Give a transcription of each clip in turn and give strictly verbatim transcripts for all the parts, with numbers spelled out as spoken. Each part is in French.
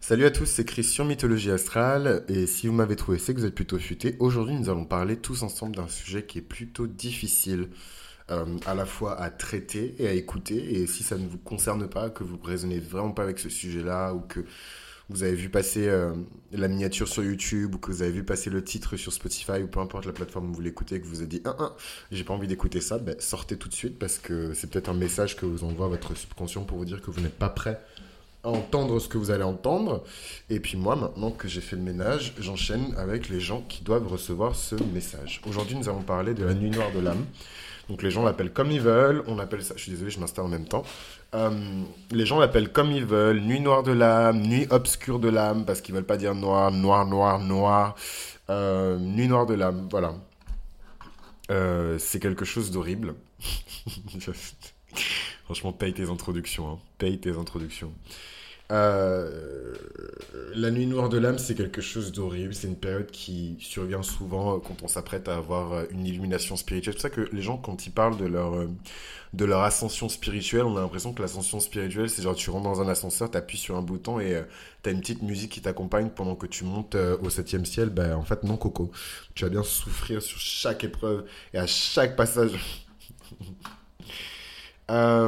Salut à tous, c'est Christian Mythologie Astrale, et si vous m'avez trouvé, c'est que vous êtes plutôt futé. Aujourd'hui, nous allons parler tous ensemble d'un sujet qui est plutôt difficile euh, à la fois à traiter et à écouter. Et si ça ne vous concerne pas, que vous ne raisonnez vraiment pas avec ce sujet-là, ou que vous avez vu passer euh, la miniature sur YouTube, ou que vous avez vu passer le titre sur Spotify, ou peu importe la plateforme où vous l'écoutez, que vous vous êtes dit ah, ah, j'ai pas envie d'écouter ça, ben, sortez tout de suite parce que c'est peut-être un message que vous envoie votre subconscient pour vous dire que vous n'êtes pas prêt à entendre ce que vous allez entendre. Et puis moi, maintenant que j'ai fait le ménage, j'enchaîne avec les gens qui doivent recevoir ce message. Aujourd'hui, nous allons parler de la nuit noire de l'âme. Donc les gens l'appellent comme ils veulent, on appelle ça, je suis désolé, je m'installe en même temps. Euh, les gens l'appellent comme ils veulent, nuit noire de l'âme, nuit obscure de l'âme, parce qu'ils veulent pas dire noir, noir, noir, noir. Euh, nuit noire de l'âme, voilà. Euh, c'est quelque chose d'horrible. Franchement, paye tes introductions, hein. Paye tes introductions. Euh, la nuit noire de l'âme, c'est quelque chose d'horrible. C'est une période qui survient souvent quand on s'apprête à avoir une illumination spirituelle. C'est pour ça que les gens, quand ils parlent de leur, euh, de leur ascension spirituelle, on a l'impression que l'ascension spirituelle, c'est genre tu rentres dans un ascenseur, tu appuies sur un bouton et euh, tu as une petite musique qui t'accompagne pendant que tu montes euh, au septième ciel. Ben, en fait, non, Coco. Tu vas bien souffrir sur chaque épreuve et à chaque passage. Euh,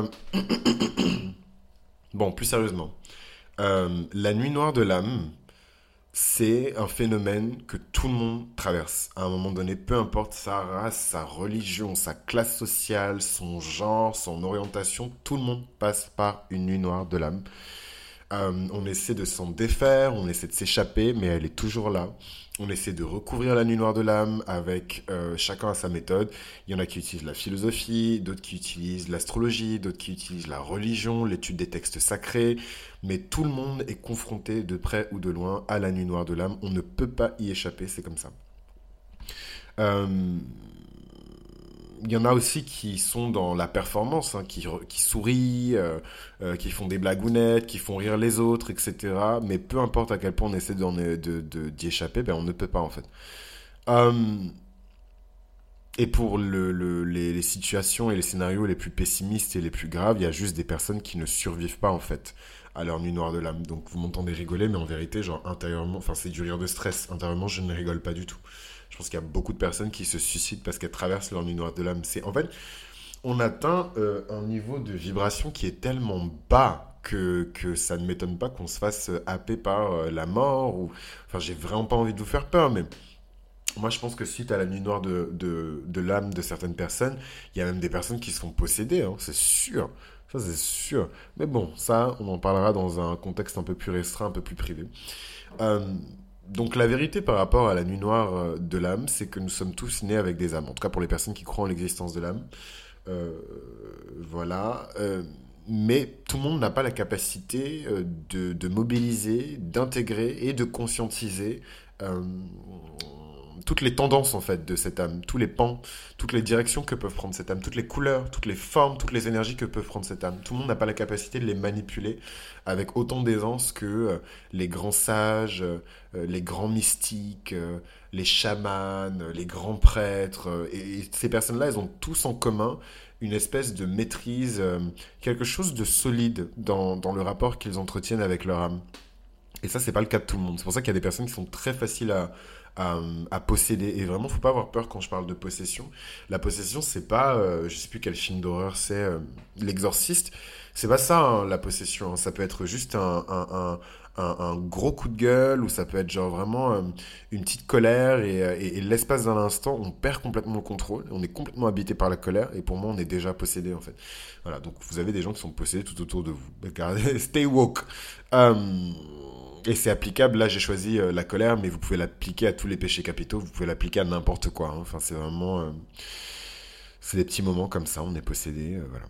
Bon, plus sérieusement. Euh, la nuit noire de l'âme, c'est un phénomène que tout le monde traverse. À un moment donné, peu importe sa race, sa religion, sa classe sociale, son genre, son orientation, tout le monde passe par une nuit noire de l'âme. Euh, on essaie de s'en défaire, on essaie de s'échapper, mais elle est toujours là. On essaie de recouvrir la nuit noire de l'âme avec euh, chacun à sa méthode. Il y en a qui utilisent la philosophie, d'autres qui utilisent l'astrologie, d'autres qui utilisent la religion, l'étude des textes sacrés. Mais tout le monde est confronté de près ou de loin à la nuit noire de l'âme. On ne peut pas y échapper, c'est comme ça. Euh, il y en a aussi qui sont dans la performance, hein, qui, qui sourient, euh, euh, qui font des blagounettes, qui font rire les autres, et cetera. Mais peu importe à quel point on essaie d'en- de, de- d'y échapper, ben on ne peut pas en fait. Euh, et pour le, le- les, les situations et les scénarios les plus pessimistes et les plus graves, il y a juste des personnes qui ne survivent pas en fait à leur nuit noire de l'âme. Donc vous m'entendez rigoler, mais en vérité, genre intérieurement, enfin c'est du rire de stress. Intérieurement, je ne rigole pas du tout. Je pense qu'il y a beaucoup de personnes qui se suicident parce qu'elles traversent leur nuit noire de l'âme. C'est en fait, on atteint euh, un niveau de vibration qui est tellement bas que, que ça ne m'étonne pas qu'on se fasse euh, happer par euh, la mort. Ou... Enfin, j'ai vraiment pas envie de vous faire peur, mais moi je pense que suite à la nuit noire de, de, de l'âme de certaines personnes, il y a même des personnes qui se font posséder, hein, c'est sûr. Ça, c'est sûr. Mais bon, ça, on en parlera dans un contexte un peu plus restreint, un peu plus privé. Euh, donc la vérité par rapport à la nuit noire euh, de l'âme, c'est que nous sommes tous nés avec des âmes. En tout cas pour les personnes qui croient en l'existence de l'âme. Euh, voilà. Euh, mais tout le monde n'a pas la capacité euh, de, de mobiliser, d'intégrer et de conscientiser euh, toutes les tendances en fait de cette âme, tous les pans, toutes les directions que peuvent prendre cette âme, toutes les couleurs, toutes les formes, toutes les énergies que peuvent prendre cette âme. Tout le monde n'a pas la capacité de les manipuler avec autant d'aisance que euh, les grands sages, euh, les grands mystiques, euh, les chamans, les grands prêtres. euh, et, et ces personnes-là, elles ont tous en commun une espèce de maîtrise, euh, quelque chose de solide dans, dans le rapport qu'ils entretiennent avec leur âme. Et ça, c'est pas le cas de tout le monde. C'est pour ça qu'il y a des personnes qui sont très faciles à, à, à posséder. Et vraiment, faut pas avoir peur quand je parle de possession. La possession, c'est pas, euh, je sais plus quel film d'horreur c'est, euh, l'exorciste. C'est pas ça, hein, la possession, hein. Ça peut être juste un, un, un, un, un gros coup de gueule, ou ça peut être genre vraiment euh, une petite colère. Et, euh, et, et l'espace d'un instant, on perd complètement le contrôle. On est complètement habité par la colère. Et pour moi, on est déjà possédé, en fait. Voilà, donc vous avez des gens qui sont possédés tout autour de vous. Regardez, stay woke. Euh, et c'est applicable, là j'ai choisi euh, la colère, mais vous pouvez l'appliquer à tous les péchés capitaux, vous pouvez l'appliquer à n'importe quoi, hein. Enfin, c'est vraiment... euh, c'est des petits moments comme ça, on est possédé, euh, voilà.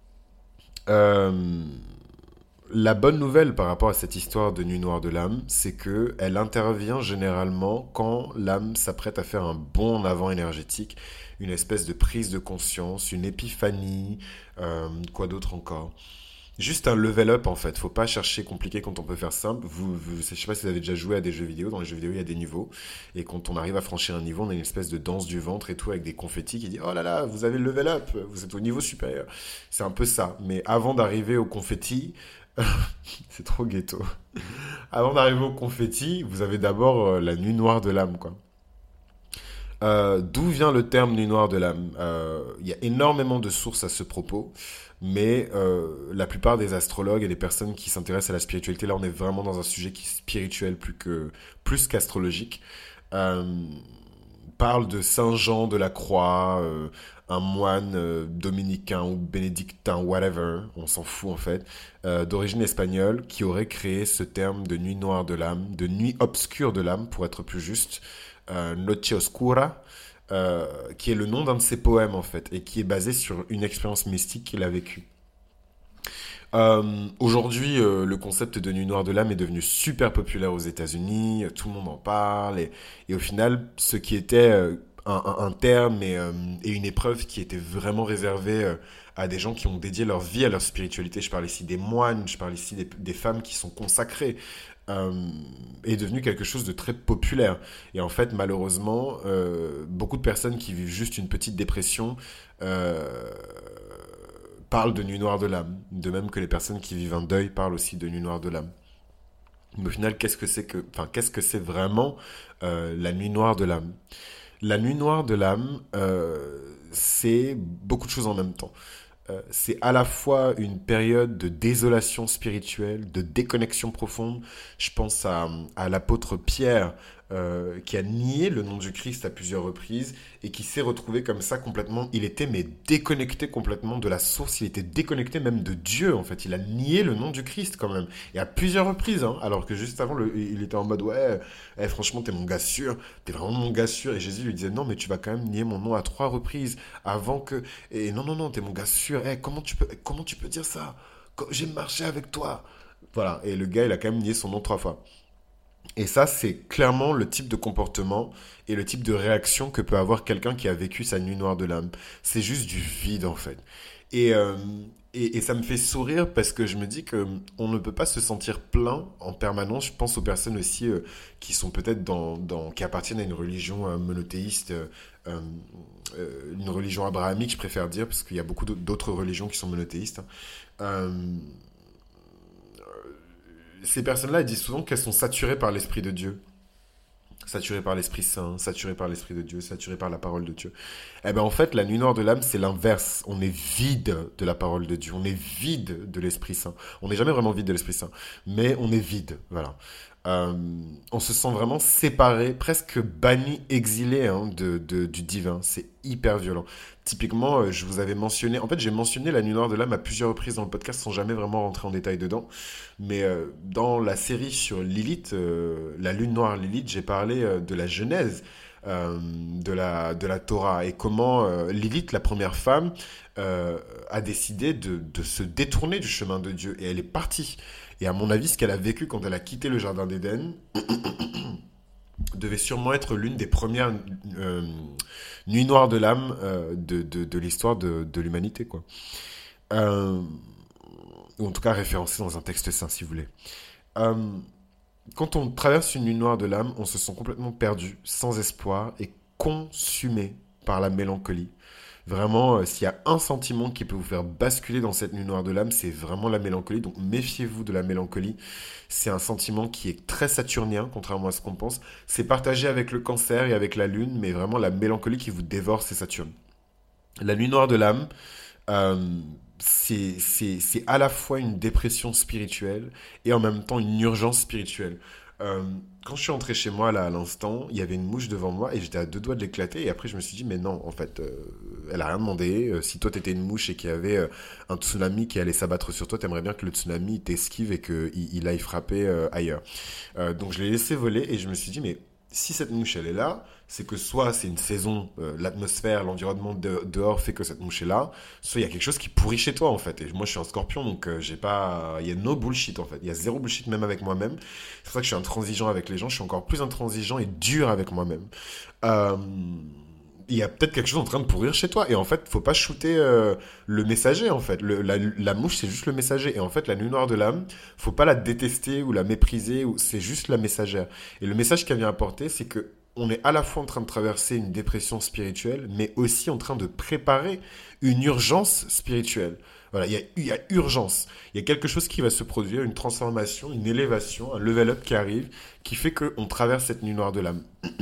Euh, la bonne nouvelle par rapport à cette histoire de nuit noire de l'âme, c'est que elle intervient généralement quand l'âme s'apprête à faire un bond en avant énergétique, une espèce de prise de conscience, une épiphanie, euh, quoi d'autre encore. Juste un level up en fait, faut pas chercher compliqué quand on peut faire simple. Vous, vous, je sais pas si vous avez déjà joué à des jeux vidéo, dans les jeux vidéo il y a des niveaux, et quand on arrive à franchir un niveau, on a une espèce de danse du ventre et tout avec des confettis qui dit oh là là, vous avez le level up, vous êtes au niveau supérieur. C'est un peu ça, mais avant d'arriver au confetti, C'est trop ghetto. Avant d'arriver au confetti, vous avez d'abord euh, la nuit noire de l'âme, quoi. Euh, d'où vient le terme nuit noire de l'âme? Euh, Il y a énormément de sources à ce propos, mais euh, la plupart des astrologues et des personnes qui s'intéressent à la spiritualité, là on est vraiment dans un sujet qui est spirituel plus que plus qu'astrologique, euh, parle de Saint Jean de la Croix, euh, un moine euh, dominicain ou bénédictin, whatever, on s'en fout en fait, euh, d'origine espagnole, qui aurait créé ce terme de nuit noire de l'âme, de nuit obscure de l'âme, pour être plus juste, euh, Noche Oscura, euh, qui est le nom d'un de ses poèmes en fait, et qui est basé sur une expérience mystique qu'il a vécue. Euh, aujourd'hui, euh, le concept de nuit noire de l'âme est devenu super populaire aux États-Unis, euh, tout le monde en parle, et, et au final, ce qui était euh, un, un- un terme et, euh, et une épreuve qui était vraiment réservée euh, à des gens qui ont dédié leur vie à leur spiritualité, je parle ici des moines, je parle ici des, des femmes qui sont consacrées, euh, est devenu quelque chose de très populaire. Et en fait, malheureusement, euh, beaucoup de personnes qui vivent juste une petite dépression euh, parlent de nuit noire de l'âme, de même que les personnes qui vivent un deuil parlent aussi de nuit noire de l'âme. Mais au final, qu'est-ce que c'est que, enfin, qu'est-ce que c'est vraiment euh, la nuit noire de l'âme? La nuit noire de l'âme, euh, c'est beaucoup de choses en même temps. Euh, c'est à la fois une période de désolation spirituelle, de déconnexion profonde. Je pense à, à l'apôtre Pierre euh, qui a nié le nom du Christ à plusieurs reprises et qui s'est retrouvé comme ça complètement. Il était mais déconnecté complètement de la source. Il était déconnecté même de Dieu en fait. Il a nié le nom du Christ quand même et à plusieurs reprises. Hein, alors que juste avant, le- il était en mode ouais, eh, franchement t'es mon gars sûr, t'es vraiment mon gars sûr. Et Jésus lui disait non mais tu vas quand même nier mon nom à trois reprises avant que et non, non, non, t'es mon gars sûr. Eh, comment tu peux, comment tu peux dire ça? Co- J'ai marché avec toi. Voilà. Et le gars, il a quand même nié son nom trois fois. Et ça, c'est clairement le type de comportement et le type de réaction que peut avoir quelqu'un qui a vécu sa nuit noire de l'âme. C'est juste du vide, en fait. Et, euh, et, et ça me fait sourire parce que je me dis que on ne peut pas se sentir plein en permanence. Je pense aux personnes aussi euh, qui sont peut-être dans, dans, qui appartiennent à une religion euh, monothéiste, euh, euh, euh, une religion abrahamique, je préfère dire, parce qu'il y a beaucoup d'autres religions qui sont monothéistes. Hein. Euh, ces personnes-là, elles disent souvent qu'elles sont saturées par l'Esprit de Dieu. Saturées par l'Esprit Saint, saturées par l'Esprit de Dieu, saturées par la parole de Dieu. Eh bien, en fait, la nuit noire de l'âme, c'est l'inverse. On est vide de la parole de Dieu. On est vide de l'Esprit Saint. On n'est jamais vraiment vide de l'Esprit Saint, mais on est vide. Voilà. Euh, on se sent vraiment séparé, presque banni, exilé hein, de, de- du divin. C'est hyper violent. Typiquement, euh, je vous avais mentionné, en fait, j'ai mentionné la nuit noire de l'âme à plusieurs reprises dans le podcast sans jamais vraiment rentrer en détail dedans. Mais euh, dans la série sur Lilith, euh, la lune noire Lilith, j'ai parlé euh, de la genèse euh, de la, de la Torah et comment euh, Lilith, la première femme, euh, a décidé de, de se détourner du chemin de Dieu et elle est partie. Et à mon avis, ce qu'elle a vécu quand elle a quitté le jardin d'Éden devait sûrement être l'une des premières euh, nuits noires de l'âme euh, de, de, de l'histoire de, de l'humanité, quoi. Euh, ou en tout cas référencée dans un texte saint, si vous voulez. Euh, Quand on traverse une nuit noire de l'âme, on se sent complètement perdu, sans espoir et consumé par la mélancolie. Vraiment, euh, s'il y a un sentiment qui peut vous faire basculer dans cette nuit noire de l'âme, c'est vraiment la mélancolie. Donc méfiez-vous de la mélancolie. C'est un sentiment qui est très saturnien, contrairement à ce qu'on pense. C'est partagé avec le cancer et avec la lune, mais vraiment la mélancolie qui vous dévore, c'est Saturne. La nuit noire de l'âme, euh, c'est c'est- c'est à la fois une dépression spirituelle et en même temps une urgence spirituelle. Euh, Quand je suis entré chez moi là à l'instant, il y avait une mouche devant moi et j'étais à deux doigts de l'éclater et après je me suis dit mais non en fait euh, elle a rien demandé. Euh, si toi t'étais une mouche et qu'il y avait euh, un tsunami qui allait s'abattre sur toi, t'aimerais bien que le tsunami t'esquive et qu'il il aille frapper euh, ailleurs. Euh, donc je l'ai laissé voler et je me suis dit mais si cette mouche elle est là, c'est que soit c'est une saison, euh, l'atmosphère, l'environnement de- dehors fait que cette mouche est là, soit il y a quelque chose qui pourrit chez toi en fait. Et moi je suis un scorpion donc euh, j'ai pas, il y a no bullshit en fait, il y a zéro bullshit même avec moi-même. C'est pour ça que je suis intransigeant avec les gens, je suis encore plus intransigeant et dur avec moi-même. Euh, il y a peut-être quelque chose en train de pourrir chez toi et en fait faut pas shooter euh, le messager en fait. Le- la, la mouche c'est juste le messager et en fait la nuit noire de l'âme faut pas la détester ou la mépriser ou c'est juste la messagère et le message qu'elle vient apporter c'est que on est à la fois en train de traverser une dépression spirituelle mais aussi en train de préparer une urgence spirituelle. Voilà, il y a, il y a urgence. Il y a quelque chose qui va se produire, une transformation, une élévation, un level up qui arrive, qui fait qu'on traverse cette nuit noire de l'âme.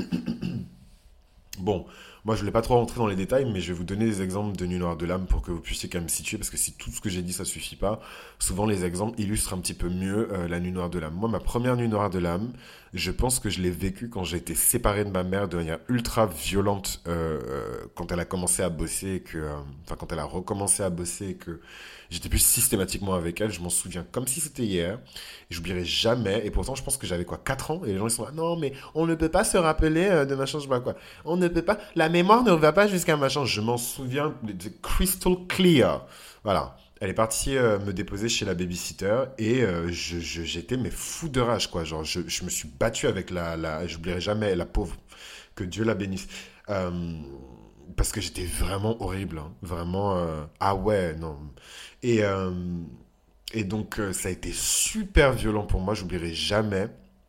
Bon, moi je ne voulais pas trop rentrer dans les détails, mais je vais vous donner des exemples de nuit noire de l'âme pour que vous puissiez quand même situer, parce que si tout ce que j'ai dit ça suffit pas, souvent les exemples illustrent un petit peu mieux euh, la nuit noire de l'âme. Moi, ma première nuit noire de l'âme, je pense que je l'ai vécue quand j'ai été séparé de ma mère de manière ultra violente, euh, euh, quand elle a commencé à bosser, et que, euh, enfin quand elle a recommencé à bosser, et que j'étais plus systématiquement avec elle. Je m'en souviens comme si c'était hier. Et j'oublierai jamais. Et pourtant, je pense que j'avais quoi, quatre ans. Et les gens ils sont là, non mais on ne peut pas se rappeler euh, de machin, je sais pas quoi. On ne peut pas, la mémoire ne va pas jusqu'à machin. Je m'en souviens, c'est crystal clear. Voilà. Elle est partie euh, me déposer chez la babysitter et euh, je, je- j'étais mais fou de rage quoi. Genre je, je me suis battu avec la, la j'oublierai jamais la pauvre, que Dieu la bénisse. Euh, Parce que j'étais vraiment horrible, hein. Vraiment euh, ah ouais non. Et euh, et donc euh, ça a été super violent pour moi. J'oublierai jamais.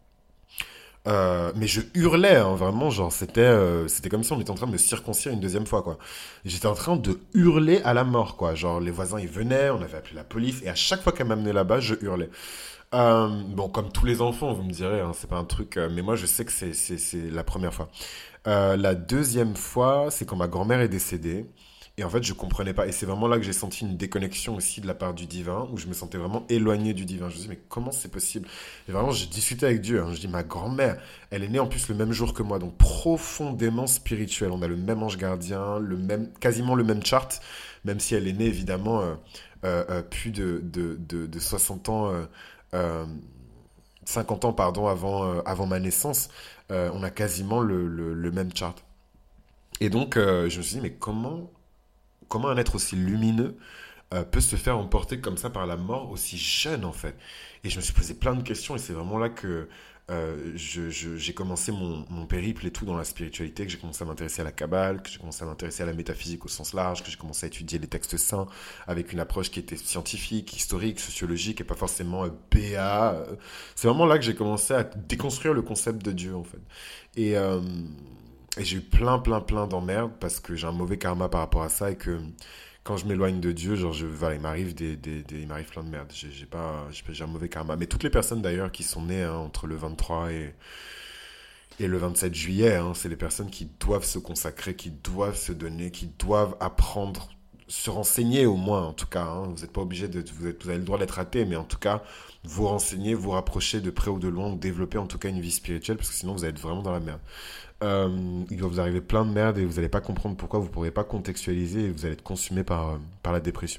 Euh, mais je hurlais, hein, vraiment, genre, c'était euh, c'était comme si on était en train de me circoncire une deuxième fois, quoi. J'étais en train de hurler à la mort, quoi. Genre, les voisins, ils venaient, on avait appelé la police, et à chaque fois qu'elle m'amenait là-bas, je hurlais. Euh, bon, comme tous les enfants, vous me direz, hein, c'est pas un truc, euh, mais moi, je sais que c'est c'est c'est la première fois. Euh, la deuxième fois, c'est quand ma grand-mère est décédée. Et en fait, je comprenais pas. Et c'est vraiment là que j'ai senti une déconnexion aussi de la part du divin, où je me sentais vraiment éloigné du divin. Je me dis, mais comment c'est possible? Et vraiment, j'ai discuté avec Dieu, hein. Je dis, ma grand-mère, elle est née en plus le même jour que moi, donc profondément spirituelle. On a le même ange gardien, le même, quasiment le même chart, même si elle est née évidemment euh, euh, euh, plus de, de, de, de soixante ans, euh, euh, cinquante ans, pardon, avant, euh, avant ma naissance. Euh, on a quasiment le, le, le même chart. Et donc, euh, je me suis dit, mais comment comment un être aussi lumineux euh, peut se faire emporter comme ça par la mort aussi jeune en fait. Et je me suis posé plein de questions et c'est vraiment là que euh, je- je- j'ai commencé mon, mon périple et tout dans la spiritualité, que j'ai commencé à m'intéresser à la Kabbale, que j'ai commencé à m'intéresser à la métaphysique au sens large, que j'ai commencé à étudier les textes saints avec une approche qui était scientifique, historique, sociologique et pas forcément euh, B A. euh. C'est vraiment là que j'ai commencé à déconstruire le concept de Dieu en fait. Et, euh, et j'ai eu plein, plein, plein d'emmerdes parce que j'ai un mauvais karma par rapport à ça et que quand je m'éloigne de Dieu, genre, je, voilà, il m'arrive des, des, des- il m'arrive plein de merde. J'ai j'ai pas, j'ai pas- j'ai un mauvais karma. Mais toutes les personnes d'ailleurs qui sont nées hein, entre le vingt-trois et, et le vingt-sept juillet, hein, c'est les personnes qui doivent se consacrer, qui doivent se donner, qui doivent apprendre, se renseigner au moins en tout cas. Hein. Vous n'êtes pas obligé de, vous, êtes- vous avez le droit d'être athée, mais en tout cas, vous renseigner, vous rapprocher de près ou de loin, développer en tout cas une vie spirituelle, parce que sinon vous allez être vraiment dans la merde. Euh, il va vous arriver plein de merde et vous n'allez pas comprendre pourquoi, vous ne pourrez pas contextualiser et vous allez être consumé par, euh, par la dépression.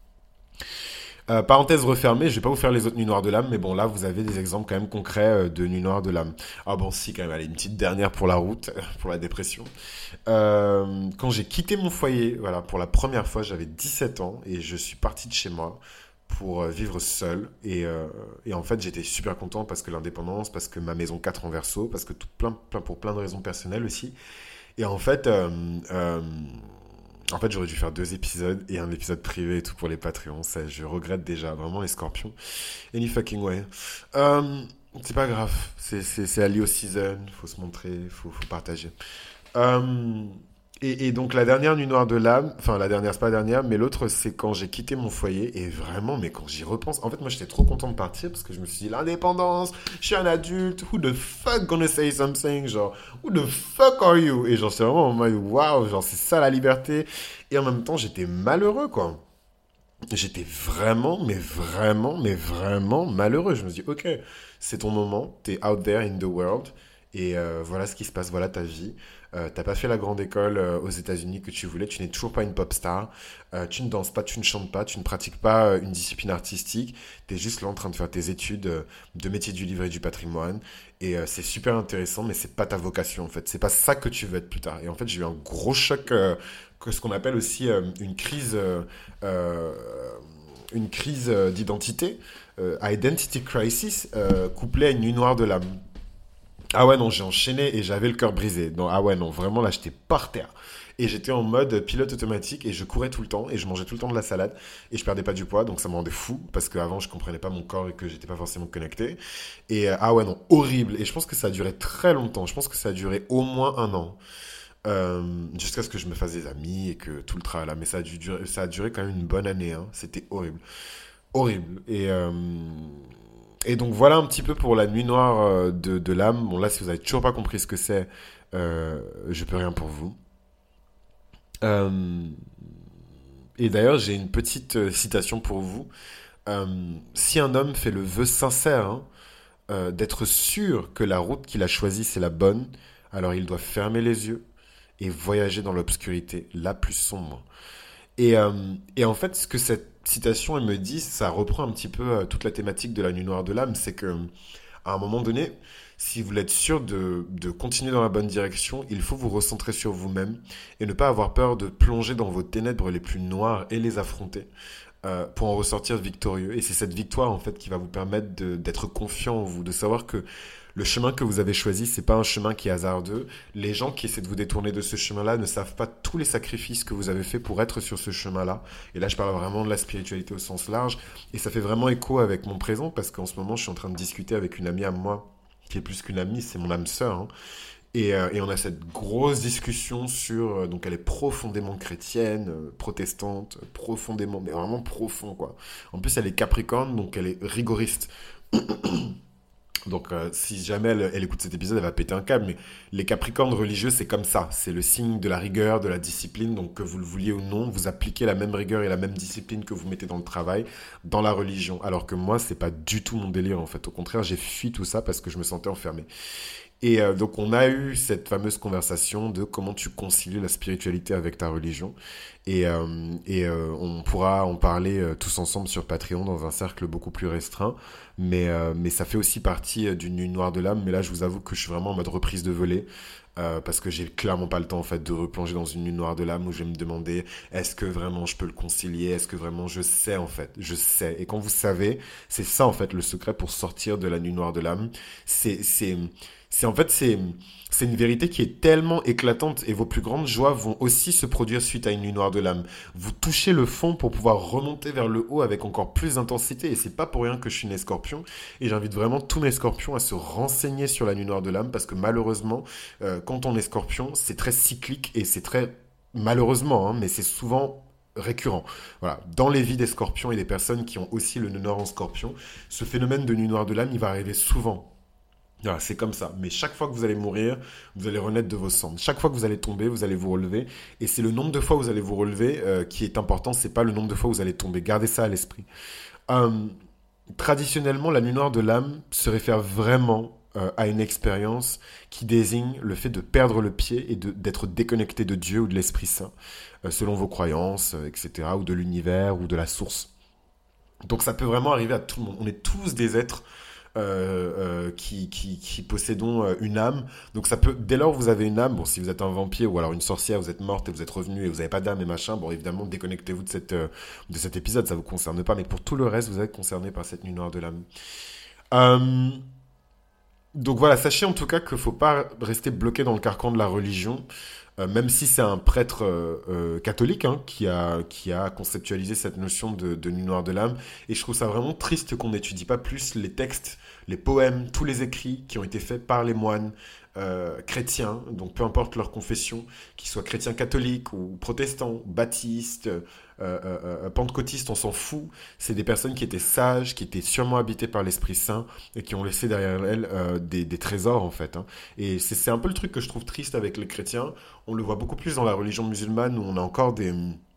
Euh, parenthèse refermée, je vais pas vous faire les autres nuits noires de l'âme, mais bon là vous avez des exemples quand même concrets euh, de nuits noires de l'âme. Ah bon si quand même, allez, une petite dernière pour la route, pour la dépression. Euh, quand j'ai quitté mon foyer, voilà, pour la première fois, j'avais dix-sept ans et je suis parti de chez moi pour euh, vivre seul. Et, euh, et en fait, j'étais super content parce que l'indépendance, parce que ma maison quatre en verso, parce que tout plein, plein, pour plein de raisons personnelles aussi. Et en fait, euh, euh, en fait, j'aurais dû faire deux épisodes et un épisode privé et tout pour les Patreons. Ça, je regrette déjà, vraiment les scorpions. Any fucking way. Euh, c'est pas grave, c'est c'est- c'est la Leo season, faut se montrer, faut, faut partager. Euh, et, et donc la dernière nuit noire de l'âme, enfin la dernière, c'est pas la dernière, mais l'autre c'est quand j'ai quitté mon foyer et vraiment, mais quand j'y repense, en fait moi j'étais trop content de partir parce que je me suis dit l'indépendance, je suis un adulte, who the fuck gonna say something, genre who the fuck are you? Et genre c'est vraiment en mode waouh, genre c'est ça la liberté. Et en même temps j'étais malheureux quoi. J'étais vraiment, mais vraiment, mais vraiment malheureux. Je me dis, ok, c'est ton moment, t'es out there in the world, et euh, voilà ce qui se passe, voilà ta vie. Euh, t'as pas fait la grande école euh, aux États-Unis que tu voulais, tu n'es toujours pas une pop star, euh, tu ne danses pas, tu ne chantes pas, tu ne pratiques pas euh, une discipline artistique, t'es juste là en train de faire tes études euh, de métier du livre et du patrimoine, et euh, c'est super intéressant, mais c'est pas ta vocation en fait, c'est pas ça que tu veux être plus tard. Et en fait, j'ai eu un gros choc, euh, que ce qu'on appelle aussi euh, une crise. Euh, euh, une crise euh, d'identité, euh, identity crisis, euh, couplée à une nuit noire de l'âme. Ah ouais, non, j'ai enchaîné et j'avais le cœur brisé. Non, ah ouais, non, vraiment, là, j'étais par terre. Et j'étais en mode pilote automatique et je courais tout le temps et je mangeais tout le temps de la salade et je perdais pas du poids, donc ça me rendait fou parce qu'avant je comprenais pas mon corps et que j'étais pas forcément connecté. Et euh, ah ouais, non, horrible. Et je pense que ça a duré très longtemps. Je pense que ça a duré au moins un an. euh, jusqu'à ce que je me fasse des amis et que tout le travail là. Mais ça a, dû durer- ça a duré quand même une bonne année, hein. C'était horrible. Horrible. Et, euh, et donc voilà un petit peu pour la nuit noire euh, de, de l'âme. Bon là, si vous avez toujours pas compris ce que c'est, euh, je peux rien pour vous. Euh, et d'ailleurs, j'ai une petite euh, citation pour vous. Euh, Si un homme fait le vœu sincère, hein, euh, d'être sûr que la route qu'il a choisie c'est la bonne, alors il doit fermer les yeux et voyager dans l'obscurité la plus sombre. Et, euh, et en fait, ce que cette citation elle me dit, ça reprend un petit peu euh, toute la thématique de la nuit noire de l'âme, c'est que à un moment donné, si vous voulez être sûr de, de continuer dans la bonne direction, il faut vous recentrer sur vous-même et ne pas avoir peur de plonger dans vos ténèbres les plus noires et les affronter euh, pour en ressortir victorieux. Et c'est cette victoire en fait qui va vous permettre de- d'être confiant en vous, de savoir que le chemin que vous avez choisi, c'est pas un chemin qui est hasardeux. Les gens qui essaient de vous détourner de ce chemin-là ne savent pas tous les sacrifices que vous avez fait pour être sur ce chemin-là. Et là, je parle vraiment de la spiritualité au sens large. Et ça fait vraiment écho avec mon présent parce qu'en ce moment, je suis en train de discuter avec une amie à moi qui est plus qu'une amie, c'est mon âme sœur, hein. Et, euh, et on a cette grosse discussion sur... euh, donc elle est profondément chrétienne, euh, protestante, profondément, mais vraiment profond, quoi. En plus, elle est capricorne, donc elle est rigoriste. Donc, euh, si jamais elle, elle écoute cet épisode, elle va péter un câble. Mais les Capricornes religieux, c'est comme ça. C'est le signe de la rigueur, de la discipline. Donc, que vous le vouliez ou non, vous appliquez la même rigueur et la même discipline que vous mettez dans le travail, dans la religion. Alors que moi, c'est pas du tout mon délire, en fait. Au contraire, j'ai fui tout ça parce que je me sentais enfermé. Et euh, donc, on a eu cette fameuse conversation de comment tu concilies la spiritualité avec ta religion. Et, euh, et euh, on pourra en parler euh, tous ensemble sur Patreon dans un cercle beaucoup plus restreint. Mais, euh, mais ça fait aussi partie euh, d'une nuit noire de l'âme. Mais là, je vous avoue que je suis vraiment en mode reprise de volée. Euh, parce que j'ai clairement pas le temps en fait de replonger dans une nuit noire de l'âme où je vais me demander est-ce que vraiment je peux le concilier, est-ce que vraiment je sais en fait, je sais. Et quand vous savez, c'est ça en fait le secret pour sortir de la nuit noire de l'âme. C'est c'est c'est en fait c'est c'est une vérité qui est tellement éclatante et vos plus grandes joies vont aussi se produire suite à une nuit noire de l'âme. Vous touchez le fond pour pouvoir remonter vers le haut avec encore plus d'intensité et c'est pas pour rien que je suis né scorpion et j'invite vraiment tous mes scorpions à se renseigner sur la nuit noire de l'âme parce que malheureusement euh, quand on est scorpion c'est très cyclique et c'est très malheureusement hein, mais c'est souvent récurrent. Voilà, dans les vies des scorpions et des personnes qui ont aussi le nœud nord en scorpion, ce phénomène de nuit noire de l'âme, il va arriver souvent. Voilà, c'est comme ça. Mais chaque fois que vous allez mourir, vous allez renaître de vos cendres. Chaque fois que vous allez tomber, vous allez vous relever. Et c'est le nombre de fois où vous allez vous relever euh, qui est important. C'est pas le nombre de fois où vous allez tomber. Gardez ça à l'esprit. Euh, Traditionnellement, la nuit noire de l'âme se réfère vraiment euh, à une expérience qui désigne le fait de perdre le pied et de- d'être déconnecté de Dieu ou de l'Esprit Saint, euh, selon vos croyances, euh, et cetera, ou de l'univers ou de la source. Donc ça peut vraiment arriver à tout le monde. On est tous des êtres euh, euh, qui, qui, qui possédons euh, une âme. Donc ça peut, dès lors que vous avez une âme, bon si vous êtes un vampire ou alors une sorcière, vous êtes morte et vous êtes revenu et vous n'avez pas d'âme et machin, bon évidemment déconnectez-vous de, cette, euh, de cet épisode, ça vous concerne pas, mais pour tout le reste, vous êtes concerné par cette nuit noire de l'âme. Euh, donc voilà, sachez en tout cas qu'il ne faut pas rester bloqué dans le carcan de la religion, euh, même si c'est un prêtre euh, euh, catholique hein, qui, a, qui a conceptualisé cette notion de, de nuit noire de l'âme. Et je trouve ça vraiment triste qu'on n'étudie pas plus les textes, les poèmes, tous les écrits qui ont été faits par les moines euh, chrétiens, donc peu importe leur confession, qu'ils soient chrétiens catholiques ou protestants, baptistes, euh, euh, euh, pentecôtistes, on s'en fout. C'est des personnes qui étaient sages, qui étaient sûrement habitées par l'Esprit Saint et qui ont laissé derrière elles euh, des, des trésors en fait, hein. Et c'est c'est un peu le truc que je trouve triste avec les chrétiens. On le voit beaucoup plus dans la religion musulmane où on a encore des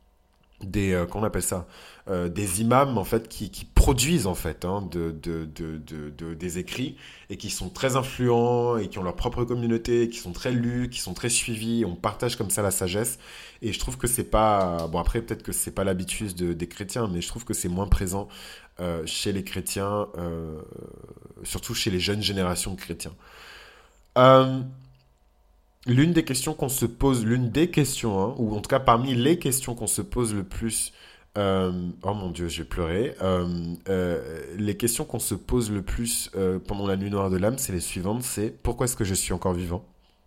des euh, qu'on appelle ça euh, des imams en fait qui, qui produisent en fait hein, de, de, de, de, de- des écrits et qui sont très influents et qui ont leur propre communauté, qui sont très lus, qui sont très suivis. On partage comme ça la sagesse et je trouve que c'est pas bon après peut-être que c'est pas l'habitude de, des chrétiens, mais je trouve que c'est moins présent euh, chez les chrétiens, euh, surtout chez les jeunes générations de chrétiens. Euh, L'une des questions qu'on se pose, l'une des questions, hein, ou en tout cas parmi les questions qu'on se pose le plus, euh, oh mon Dieu, j'ai pleuré. Euh, euh, les questions qu'on se pose le plus euh, pendant la nuit noire de l'âme, c'est les suivantes, c'est pourquoi est-ce que je suis encore vivant?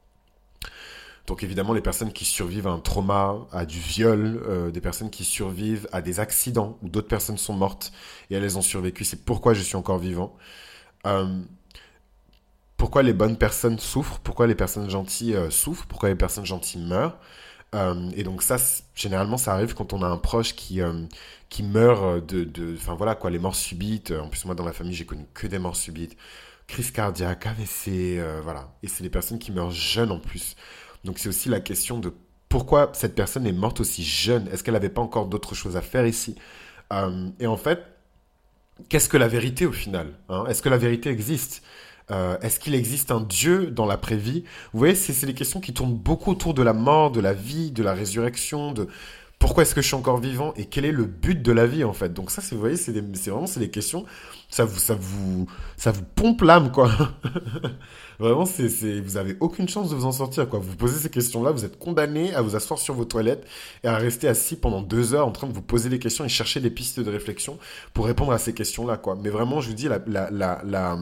Donc évidemment, les personnes qui survivent à un trauma, à du viol, euh, des personnes qui survivent à des accidents où d'autres personnes sont mortes et elles ont survécu, c'est pourquoi je suis encore vivant. Euh, Pourquoi pourquoi les bonnes personnes souffrent, pourquoi les personnes gentilles euh, souffrent, pourquoi les personnes gentilles meurent. Euh, et donc ça, c'est- généralement, ça arrive quand on a un proche qui, euh, qui meurt de, de... Enfin voilà, quoi, les morts subites. En plus, moi, dans ma famille, j'ai connu que des morts subites. Crise cardiaque, A V C, euh, voilà. Et c'est des personnes qui meurent jeunes en plus. Donc c'est aussi la question de pourquoi cette personne est morte aussi jeune. Est-ce qu'elle n'avait pas encore d'autres choses à faire ici? Euh, Et en fait, qu'est-ce que la vérité au final, hein? Est-ce que la vérité existe? Euh, est-ce qu'il existe un Dieu dans l'après-vie? Vous voyez, c'est c'est des questions qui tournent beaucoup autour de la mort, de la vie, de la résurrection, de pourquoi est-ce que je suis encore vivant et quel est le but de la vie en fait. Donc ça, c'est, vous voyez, c'est des- c'est vraiment c'est des questions, ça vous, ça vous, ça vous pompe l'âme quoi. Vraiment, c'est, c'est, vous avez aucune chance de vous en sortir quoi. Vous vous posez ces questions-là, vous êtes condamné à vous asseoir sur vos toilettes et à rester assis pendant deux heures en train de vous poser des questions et chercher des pistes de réflexion pour répondre à ces questions-là quoi. Mais vraiment, je vous dis la, la, la, la,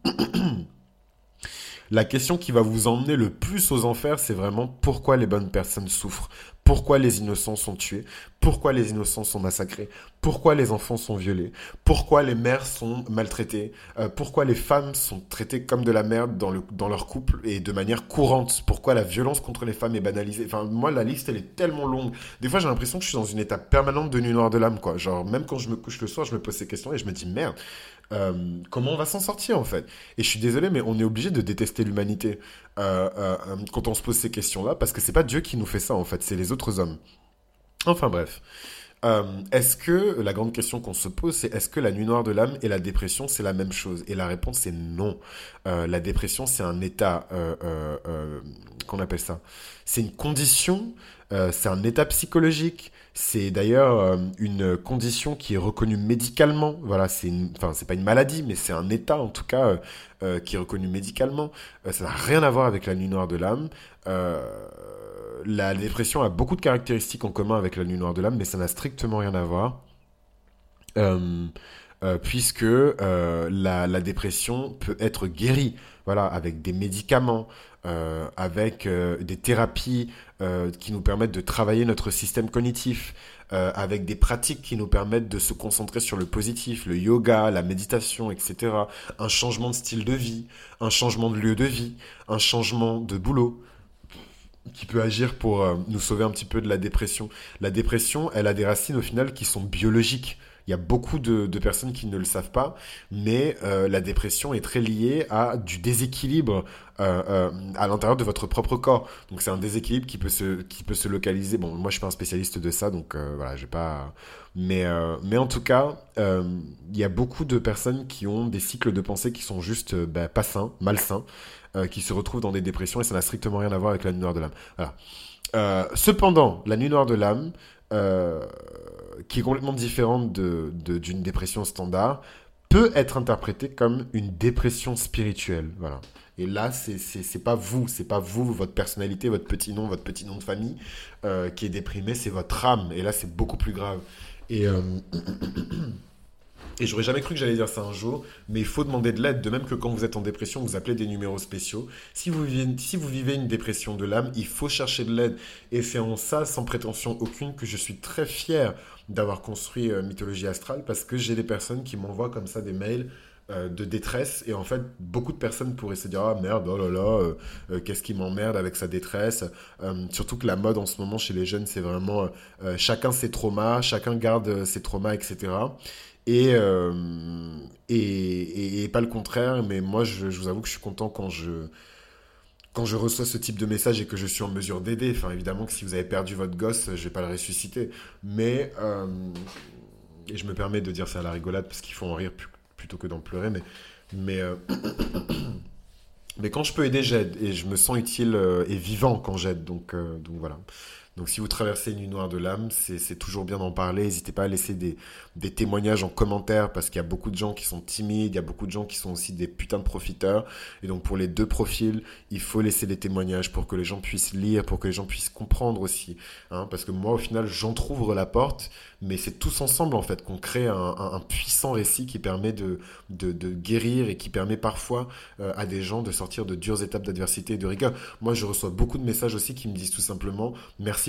la question qui va vous emmener le plus aux enfers, c'est vraiment pourquoi les bonnes personnes souffrent, pourquoi les innocents sont tués, pourquoi les innocents sont massacrés, pourquoi les enfants sont violés, pourquoi les mères sont maltraitées, euh, pourquoi les femmes sont traitées comme de la merde dans, le, dans leur couple et de manière courante, pourquoi la violence contre les femmes est banalisée. Enfin, moi, la liste, elle est tellement longue. Des fois, j'ai l'impression que je suis dans une étape permanente de nuit noire de l'âme, quoi. Genre, même quand je me couche le soir, je me pose ces questions et je me dis, merde, euh, comment on va s'en sortir en fait? Et je suis désolé, mais on est obligé de détester l'humanité euh, euh, euh, quand on se pose ces questions-là, parce que c'est pas Dieu qui nous fait ça en fait, c'est les autres hommes. Enfin bref. Euh, est-ce que, la grande question qu'on se pose, c'est est-ce que la nuit noire de l'âme et la dépression, c'est la même chose? Et la réponse est non. Euh, la dépression, c'est un état, euh, euh, euh, qu'on appelle ça? C'est une condition, euh, c'est un état psychologique. C'est d'ailleurs euh, une condition qui est reconnue médicalement. Voilà, c'est une, enfin, c'est pas une maladie, mais c'est un état en tout cas euh, euh, qui est reconnu médicalement. Euh, ça n'a rien à voir avec la nuit noire de l'âme. Euh, la dépression a beaucoup de caractéristiques en commun avec la nuit noire de l'âme, mais ça n'a strictement rien à voir. Euh, euh, puisque euh, la, la dépression peut être guérie, voilà, avec des médicaments, euh, avec euh, des thérapies euh, qui nous permettent de travailler notre système cognitif, euh, avec des pratiques qui nous permettent de se concentrer sur le positif, le yoga, la méditation, et cetera. Un changement de style de vie, un changement de lieu de vie, un changement de boulot qui peut agir pour euh, nous sauver un petit peu de la dépression. La dépression, elle a des racines au final qui sont biologiques. Il y a beaucoup de, de personnes qui ne le savent pas, mais euh, la dépression est très liée à du déséquilibre euh, euh, à l'intérieur de votre propre corps. Donc c'est un déséquilibre qui peut se, qui peut se localiser. Bon, moi je suis pas un spécialiste de ça, donc euh, voilà, j'ai pas. Mais, euh, mais en tout cas, euh, il y a beaucoup de personnes qui ont des cycles de pensée qui sont juste euh, bah, pas sains, malsains, euh, qui se retrouvent dans des dépressions et ça n'a strictement rien à voir avec la nuit noire de l'âme. Voilà. Euh, cependant, la nuit noire de l'âme, euh, qui est complètement différente de, de- d'une dépression standard, peut être interprétée comme une dépression spirituelle. Voilà. Et là, c'est, c'est, c'est pas vous, c'est pas vous, votre personnalité, votre petit nom, votre petit nom de famille euh, qui est déprimé, c'est votre âme. Et là, c'est beaucoup plus grave. Et, euh, et j'aurais jamais cru que j'allais dire ça un jour, mais il faut demander de l'aide. De même que quand vous êtes en dépression, vous appelez des numéros spéciaux. Si vous vivez, si vous vivez une dépression de l'âme, il faut chercher de l'aide. Et c'est en ça, sans prétention aucune, que je suis très fier d'avoir construit euh, Mythologie Astrale, parce que j'ai des personnes qui m'envoient comme ça des mails euh, de détresse. Et en fait, beaucoup de personnes pourraient se dire, ah merde, oh là là, euh, euh, qu'est-ce qui m'emmerde avec sa détresse. Euh, surtout que la mode en ce moment chez les jeunes, c'est vraiment euh, euh, chacun ses traumas, chacun garde euh, ses traumas, et cetera. Et, euh, et, et, et pas le contraire, mais moi je, je vous avoue que je suis content quand je, quand je reçois ce type de message et que je suis en mesure d'aider. Enfin, évidemment que si vous avez perdu votre gosse, je vais pas le ressusciter. Mais, euh, et je me permets de dire ça à la rigolade parce qu'il faut en rire plus- plutôt que d'en pleurer, mais, mais, euh, mais quand je peux aider, j'aide. Et je me sens utile euh, et vivant quand j'aide. Donc, euh, donc voilà. Donc si vous traversez une nuit noire de l'âme, c'est c'est toujours bien d'en parler. N'hésitez pas à laisser des, des témoignages en commentaire parce qu'il y a beaucoup de gens qui sont timides, il y a beaucoup de gens qui sont aussi des putains de profiteurs. Et donc pour les deux profils, il faut laisser des témoignages pour que les gens puissent lire, pour que les gens puissent comprendre aussi. Hein, parce que moi au final, j'entrouvre la porte, mais c'est tous ensemble en fait qu'on crée un, un- un puissant récit qui permet de, de, de guérir et qui permet parfois euh, à des gens de sortir de dures étapes d'adversité et de rigueur. Moi je reçois beaucoup de messages aussi qui me disent tout simplement merci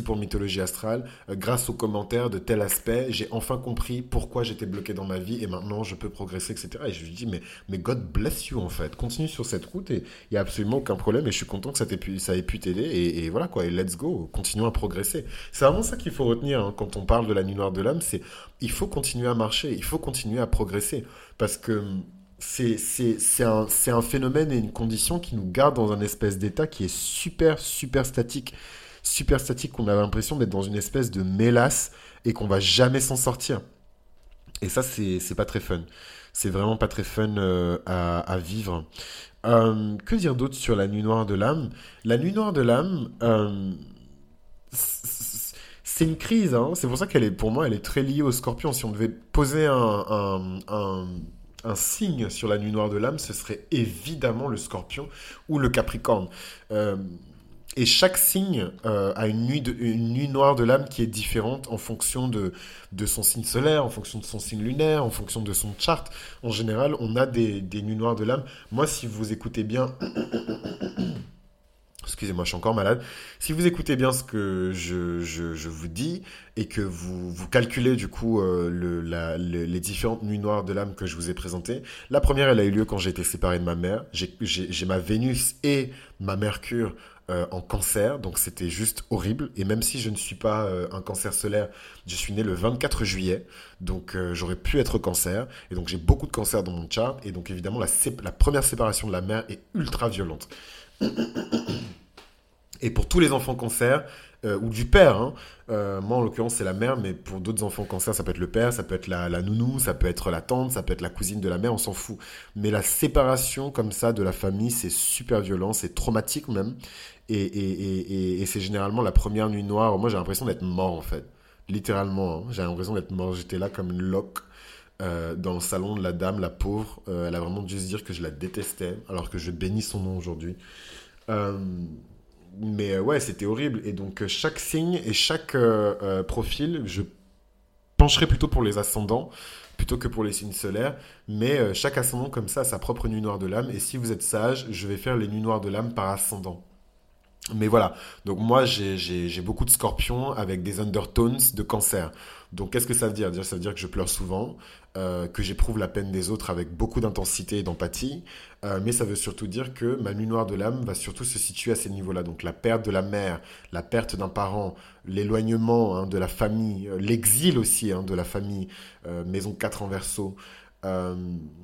merci pour Mythologie Astrale. Euh, grâce aux commentaires de tel aspect, j'ai enfin compris pourquoi j'étais bloqué dans ma vie et maintenant je peux progresser, et cetera. Et je lui dis, mais, mais God bless you en fait. Continue sur cette route et il n'y a absolument aucun problème et je suis content que ça, t'ait pu, ça ait pu t'aider. Et, et voilà quoi, et let's go, continuons à progresser. C'est vraiment ça qu'il faut retenir hein, quand on parle de la nuit noire de l'âme, c'est il faut continuer à marcher, il faut continuer à progresser. Parce que c'est, c'est, c'est un, c'est un phénomène et une condition qui nous garde dans un espèce d'état qui est super, super statique. Super statique, qu'on a l'impression d'être dans une espèce de mélasse et qu'on va jamais s'en sortir. Et ça, c'est, c'est pas très fun. C'est vraiment pas très fun euh, à, à vivre. Euh, que dire d'autre sur la nuit noire de l'âme? La nuit noire de l'âme, euh, c'est une crise. Hein. C'est pour ça qu'elle est, pour moi, elle est très liée au scorpion. Si on devait poser un, un, un, un signe sur la nuit noire de l'âme, ce serait évidemment le scorpion ou le capricorne. Euh, et chaque signe euh, a une nuit, de, une nuit noire de l'âme qui est différente en fonction de, de son signe solaire, en fonction de son signe lunaire, en fonction de son chart. En général, on a des, des nuits noires de l'âme. Moi, si vous écoutez bien excusez-moi, je suis encore malade. Si vous écoutez bien ce que je, je, je vous dis et que vous, vous calculez du coup euh, le, la, le- les différentes nuits noires de l'âme que je vous ai présentées, la première, elle a eu lieu quand j'ai été séparé de ma mère. J'ai, j'ai, j'ai ma Vénus et ma Mercure euh, en cancer, donc c'était juste horrible. Et même si je ne suis pas euh, un cancer solaire, je suis né le vingt-quatre juillet, donc euh, j'aurais pu être cancer. Et donc j'ai beaucoup de cancer dans mon chart. Et donc évidemment, la, sé- la première séparation de la mère est ultra violente. Et pour tous les enfants cancer, euh, ou du père, hein, euh, moi en l'occurrence c'est la mère, mais pour d'autres enfants cancer, ça peut être le père, ça peut être la, la nounou, ça peut être la tante, ça peut être la cousine de la mère, on s'en fout. Mais la séparation comme ça de la famille, c'est super violent, c'est traumatique même. Et, et, et, et, et c'est généralement la première nuit noire. Moi j'ai l'impression d'être mort en fait. Littéralement, hein. J'ai l'impression d'être mort. J'étais là comme une loque euh, dans le salon de la dame, la pauvre. Euh, elle a vraiment dû se dire que je la détestais, alors que je bénis son nom aujourd'hui. Euh, mais euh, ouais, c'était horrible. Et donc, euh, chaque signe et chaque euh, euh, profil, je pencherais plutôt pour les ascendants plutôt que pour les signes solaires. Mais euh, chaque ascendant, comme ça, a sa propre nuit noire de l'âme. Et si vous êtes sage, je vais faire les nuits noires de l'âme par ascendant. Mais voilà, donc moi j'ai j'ai- j'ai beaucoup de scorpions avec des undertones de cancer. Donc qu'est-ce que ça veut dire? Dire- Ça veut dire que je pleure souvent, euh, que j'éprouve la peine des autres avec beaucoup d'intensité et d'empathie, euh, mais ça veut surtout dire que ma nuit noire de l'âme va surtout se situer à ces niveaux-là. Donc la perte de la mère, la perte d'un parent, l'éloignement hein, de la famille, euh, l'exil aussi hein, de la famille, euh, maison quatre en verso. euh,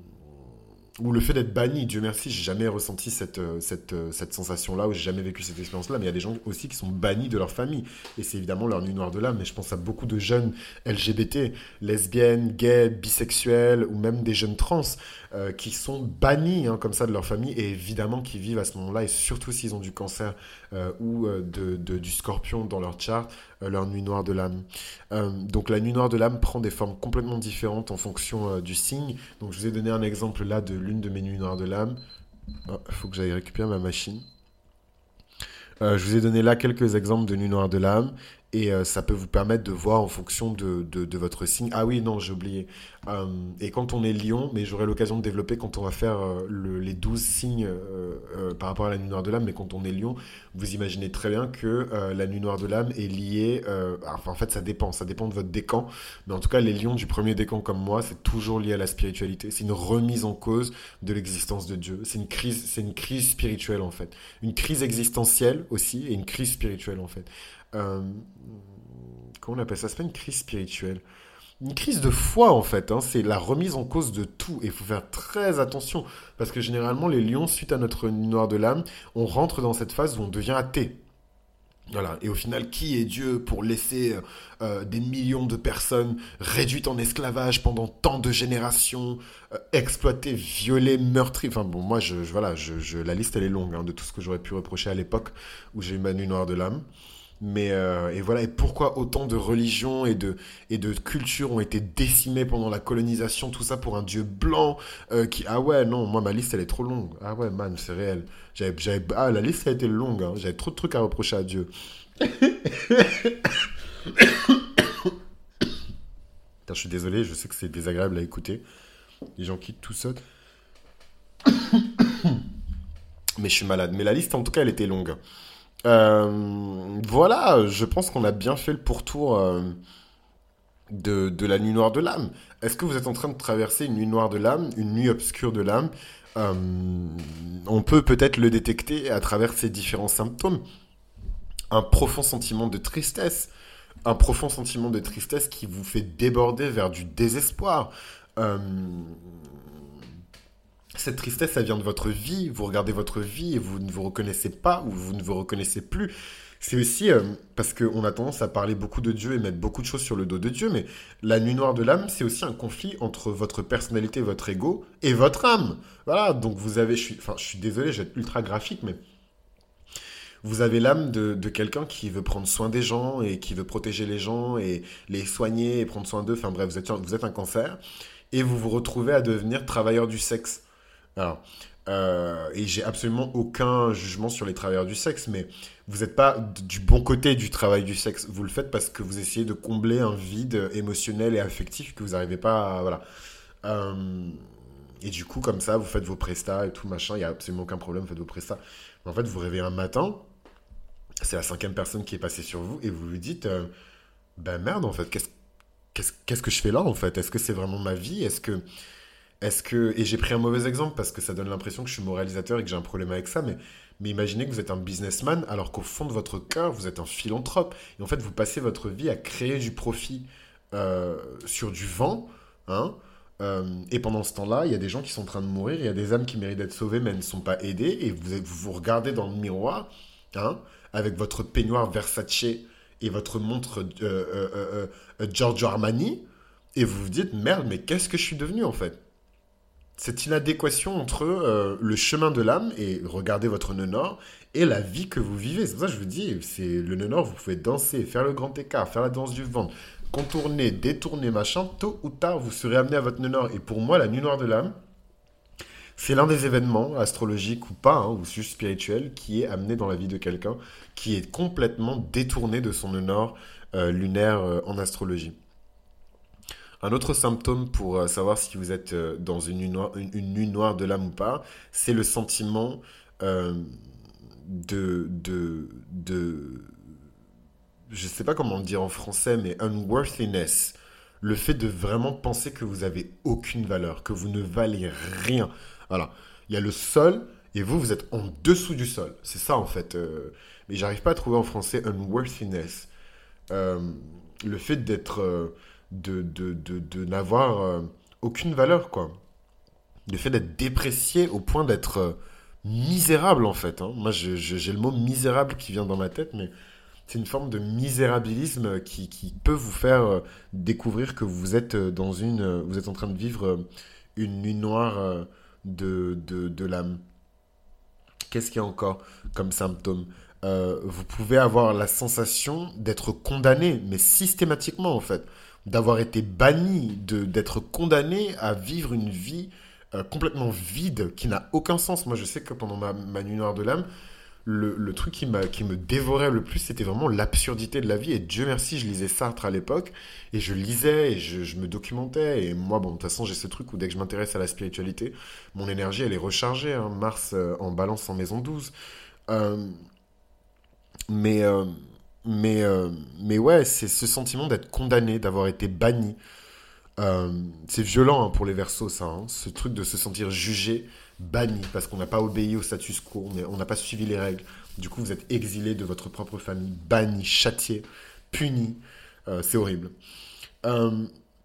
ou le fait d'être banni, Dieu merci, j'ai jamais ressenti cette, euh, cette, euh, cette sensation-là, ou j'ai jamais vécu cette expérience-là, mais il y a des gens aussi qui sont bannis de leur famille, et c'est évidemment leur nuit noire de l'âme, mais je pense à beaucoup de jeunes L G B T, lesbiennes, gays, bisexuels, ou même des jeunes trans, euh, qui sont bannis hein, comme ça de leur famille, et évidemment qui vivent à ce moment-là, et surtout s'ils ont du cancer euh, ou euh, de, de- du scorpion dans leur chart, euh, leur nuit noire de l'âme. Euh, donc la nuit noire de l'âme prend des formes complètement différentes en fonction euh, du signe. Donc je vous ai donné un exemple là de l'une de mes nuits noires de l'âme. Il faut que j'aille récupérer ma machine. Euh, je vous ai donné là quelques exemples de nuits noires de l'âme et euh, ça peut vous permettre de voir en fonction de, de, de votre signe. Ah oui, non, j'ai oublié. Euh, et quand on est lion, mais j'aurai l'occasion de développer quand on va faire euh, le- les douze signes euh, euh, par rapport à la nuit noire de l'âme, mais quand on est lion, vous imaginez très bien que euh, la nuit noire de l'âme est liée... euh, enfin, en fait, ça dépend, ça dépend de votre décan. Mais en tout cas, les lions du premier décan comme moi, c'est toujours lié à la spiritualité. C'est une remise en cause de l'existence de Dieu. C'est une crise, c'est une crise spirituelle en fait. Une crise existentielle aussi et une crise spirituelle en fait. Euh, comment on appelle ça? C'est pas une crise spirituelle. Une crise de foi en fait, hein. C'est la remise en cause de tout et il faut faire très attention parce que généralement les lions, suite à notre nuit noire de l'âme, on rentre dans cette phase où on devient athée. Voilà. Et au final, qui est Dieu pour laisser euh, des millions de personnes réduites en esclavage pendant tant de générations, euh, exploitées, violées, meurtries. Enfin bon, moi, je, je- voilà, je, je- la liste elle est longue hein, de tout ce que j'aurais pu reprocher à l'époque où j'ai eu ma nuit noire de l'âme. Mais euh, et voilà, et pourquoi autant de religions et de, et de cultures ont été décimées pendant la colonisation, tout ça pour un dieu blanc euh, qui... Ah ouais, non, moi ma liste elle est trop longue. Ah ouais, man, c'est réel. J'avais, j'avais- ah, la liste a été longue, hein. J'avais trop de trucs à reprocher à Dieu. Putain, je suis désolé, je sais que c'est désagréable à écouter. Les gens quittent tout ça. Mais je suis malade. Mais la liste en tout cas elle était longue. Euh, voilà, je pense qu'on a bien fait le pourtour euh, de, de la nuit noire de l'âme. Est-ce que vous êtes en train de traverser une nuit noire de l'âme, une nuit obscure de l'âme? Euh, on peut peut-être le détecter à travers ces différents symptômes. Un profond sentiment de tristesse, un profond sentiment de tristesse qui vous fait déborder vers du désespoir. Euh, cette tristesse, ça vient de votre vie. Vous regardez votre vie et vous ne vous reconnaissez pas ou vous ne vous reconnaissez plus. C'est aussi euh, parce qu'on a tendance à parler beaucoup de Dieu et mettre beaucoup de choses sur le dos de Dieu, mais la nuit noire de l'âme, c'est aussi un conflit entre votre personnalité, votre ego et votre âme. Voilà, donc vous avez, je suis, enfin, je suis désolé, je vais être ultra graphique, mais vous avez l'âme de, de quelqu'un qui veut prendre soin des gens et qui veut protéger les gens et les soigner et prendre soin d'eux. Enfin bref, vous êtes, vous êtes un cancer et vous vous retrouvez à devenir travailleur du sexe. Alors, euh, et j'ai absolument aucun jugement sur les travailleurs du sexe, mais vous n'êtes pas d- du bon côté du travail du sexe. Vous le faites parce que vous essayez de combler un vide émotionnel et affectif que vous n'arrivez pas à... Voilà. Euh, et du coup, comme ça, vous faites vos prestats et tout, machin, il n'y a absolument aucun problème, vous faites vos prestats. Mais en fait, vous vous réveillez un matin, c'est la cinquième personne qui est passée sur vous, et vous lui dites, euh, ben merde, en fait, qu'est-ce qu'est-ce qu'est-ce que je fais là, en fait? Est-ce que c'est vraiment ma vie? Est-ce que est-ce que... Et j'ai pris un mauvais exemple parce que ça donne l'impression que je suis moralisateur et que j'ai un problème avec ça, mais, mais imaginez que vous êtes un businessman alors qu'au fond de votre cœur, vous êtes un philanthrope. Et en fait, vous passez votre vie à créer du profit euh, sur du vent, hein, euh, et pendant ce temps-là, il y a des gens qui sont en train de mourir, il y a des âmes qui méritent d'être sauvées mais elles ne sont pas aidées, et vous êtes- vous, vous regardez dans le miroir, hein, avec votre peignoir Versace et votre montre euh, euh, euh, euh, Giorgio Armani, et vous vous dites, merde, mais qu'est-ce que je suis devenu en fait? Cette inadéquation entre euh, le chemin de l'âme et regardez votre nœud nord et la vie que vous vivez. C'est pour ça que je vous dis, c'est le nœud nord, vous pouvez danser, faire le grand écart, faire la danse du ventre, contourner, détourner, machin, tôt ou tard, vous serez amené à votre nœud nord. Et pour moi, la nuit noire de l'âme, c'est l'un des événements, astrologiques ou pas, hein, ou juste spirituels, qui est amené dans la vie de quelqu'un qui est complètement détourné de son nœud nord euh, lunaire euh, en astrologie. Un autre symptôme pour euh, savoir si vous êtes euh, dans une nuit noire, une, une nuit noire de l'âme ou pas, c'est le sentiment euh, de, de, de, je sais pas comment le dire en français, mais unworthiness. Le fait de vraiment penser que vous avez aucune valeur, que vous ne valez rien. Voilà. Il y a le sol et vous, vous êtes en dessous du sol. C'est ça en fait. euh, mais j'arrive pas à trouver en français unworthiness. Euh, le fait d'être, euh, de, de, de, de n'avoir euh, aucune valeur, quoi. Le fait d'être déprécié au point d'être euh, misérable, en fait, hein. Moi, je- je- j'ai le mot misérable qui vient dans ma tête, mais c'est une forme de misérabilisme qui, qui peut vous faire euh, découvrir que vous êtes euh, dans une, euh, vous êtes en train de vivre euh, une nuit noire euh, de, de, de l'âme. Qu'est-ce qu'il y a encore comme symptôme? Euh, vous pouvez avoir la sensation d'être condamné, mais systématiquement en fait, d'avoir été banni, de, d'être condamné à vivre une vie euh, complètement vide, qui n'a aucun sens. Moi je sais que pendant ma, ma nuit noire de l'âme, le, le truc qui, m'a, qui me dévorait le plus, c'était vraiment l'absurdité de la vie. Et Dieu merci, je lisais Sartre à l'époque, et je lisais, et je, je me documentais. Et moi, bon, de toute façon, j'ai ce truc où dès que je m'intéresse à la spiritualité, mon énergie, elle est rechargée, hein. Mars euh, en balance en maison douze. Euh, mais, euh, mais, euh, mais ouais, c'est ce sentiment d'être condamné, d'avoir été banni. Euh, c'est violent hein, pour les Verseaux, ça, hein. Ce truc de se sentir jugé, banni, parce qu'on n'a pas obéi au status quo, on est- on n'a pas suivi les règles. Du coup, vous êtes exilé de votre propre famille, banni, châtié, puni. Euh, c'est horrible. Euh,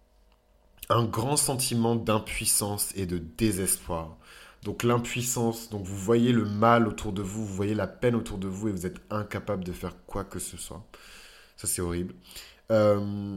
un grand sentiment d'impuissance et de désespoir. Donc l'impuissance, donc vous voyez le mal autour de vous, vous voyez la peine autour de vous et vous êtes incapable de faire quoi que ce soit. Ça, c'est horrible. Euh,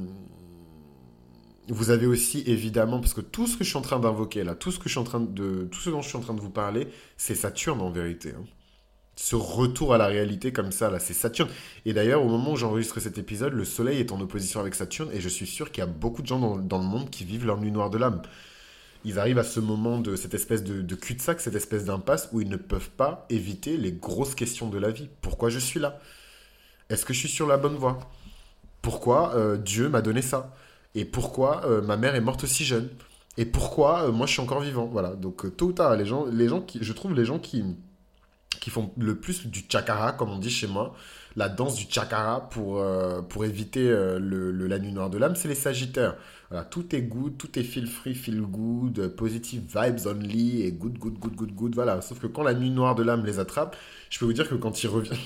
vous avez aussi évidemment, parce que tout ce que je suis en train d'invoquer là, tout ce que je suis en train de, tout ce dont je suis en train de vous parler, c'est Saturne en vérité, hein. Ce retour à la réalité comme ça, là, c'est Saturne. Et d'ailleurs, au moment où j'enregistre cet épisode, le Soleil est en opposition avec Saturne, et je suis sûr qu'il y a beaucoup de gens dans, dans le monde qui vivent leur nuit noire de l'âme. Ils arrivent à ce moment de cette espèce de, de cul-de-sac, cette espèce d'impasse où ils ne peuvent pas éviter les grosses questions de la vie. Pourquoi je suis là? Est-ce que je suis sur la bonne voie? Pourquoi euh, Dieu m'a donné ça? Et pourquoi euh, ma mère est morte si jeune? Et pourquoi euh, moi je suis encore vivant? Voilà. Donc euh, tôt ou tard, les gens, les gens qui, je trouve les gens qui, qui font le plus du chakra, comme on dit chez moi, la danse du chakra pour, euh, pour éviter euh, le, le- la nuit noire de l'âme, c'est les sagittaires. Voilà, tout est good, tout est feel free, feel good, euh, positive vibes only, et good, good, good, good, good, voilà. Sauf que quand la nuit noire de l'âme les attrape, je peux vous dire que quand ils reviennent,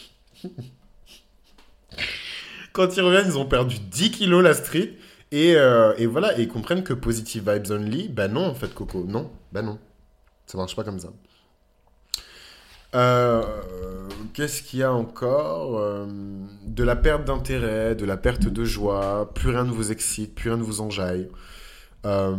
quand ils reviennent, ils ont perdu dix kilos la street, et, euh, et voilà, et ils comprennent que positive vibes only, bah non, en fait, Coco, non, bah non, ça marche pas comme ça. Euh, Qu'est-ce qu'il y a encore? Euh, De la perte d'intérêt, de la perte de joie, plus rien ne vous excite, plus rien ne vous enjaille. Euh,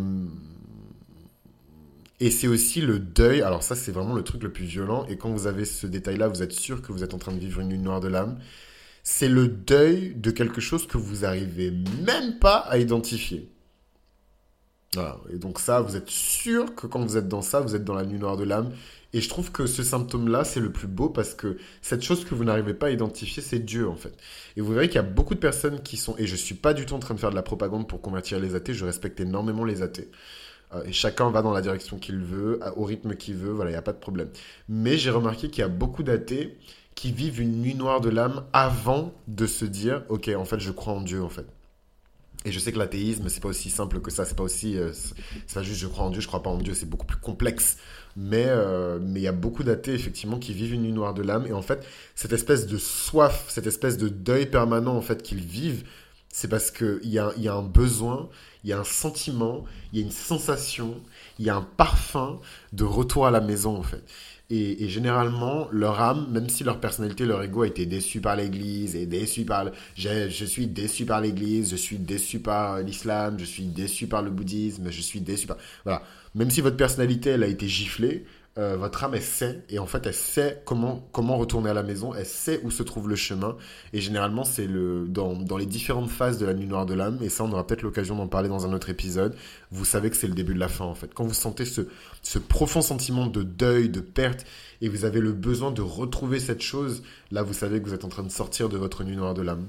et c'est aussi le deuil, alors ça c'est vraiment le truc le plus violent, et quand vous avez ce détail-là, vous êtes sûr que vous êtes en train de vivre une nuit noire de l'âme. C'est le deuil de quelque chose que vous arrivez même pas à identifier. Voilà. Et donc ça, vous êtes sûr que quand vous êtes dans ça, vous êtes dans la nuit noire de l'âme. Et je trouve que ce symptôme-là, c'est le plus beau parce que cette chose que vous n'arrivez pas à identifier, c'est Dieu en fait. Et vous verrez qu'il y a beaucoup de personnes qui sont, et je suis pas du tout en train de faire de la propagande pour convertir les athées, je respecte énormément les athées. Euh, et chacun va dans la direction qu'il veut, au rythme qu'il veut, voilà, il n'y a pas de problème. Mais j'ai remarqué qu'il y a beaucoup d'athées qui vivent une nuit noire de l'âme avant de se dire, ok, en fait, je crois en Dieu en fait. Et je sais que l'athéisme, c'est pas aussi simple que ça. C'est pas aussi, euh, c'est pas juste je crois en Dieu, je crois pas en Dieu. C'est beaucoup plus complexe. Mais euh, mais il y a beaucoup d'athées effectivement qui vivent une nuit noire de l'âme. Et en fait, cette espèce de soif, cette espèce de deuil permanent en fait qu'ils vivent, c'est parce que il y a il y a un besoin, il y a un sentiment, il y a une sensation, il y a un parfum de retour à la maison en fait. Et, et généralement, leur âme, même si leur personnalité, leur ego a été déçu par l'Église, et déçu par... le- Je, je suis déçu par l'Église, je suis déçu par l'islam, je suis déçu par le bouddhisme, je suis déçu par... Voilà. Même si votre personnalité, elle a été giflée, euh, votre âme, elle sait, et en fait, elle sait comment, comment retourner à la maison, elle sait où se trouve le chemin, et généralement, c'est le, dans, dans les différentes phases de la nuit noire de l'âme, et ça, on aura peut-être l'occasion d'en parler dans un autre épisode, vous savez que c'est le début de la fin, en fait. Quand vous sentez ce, ce profond sentiment de deuil, de perte, et vous avez le besoin de retrouver cette chose, là, vous savez que vous êtes en train de sortir de votre nuit noire de l'âme.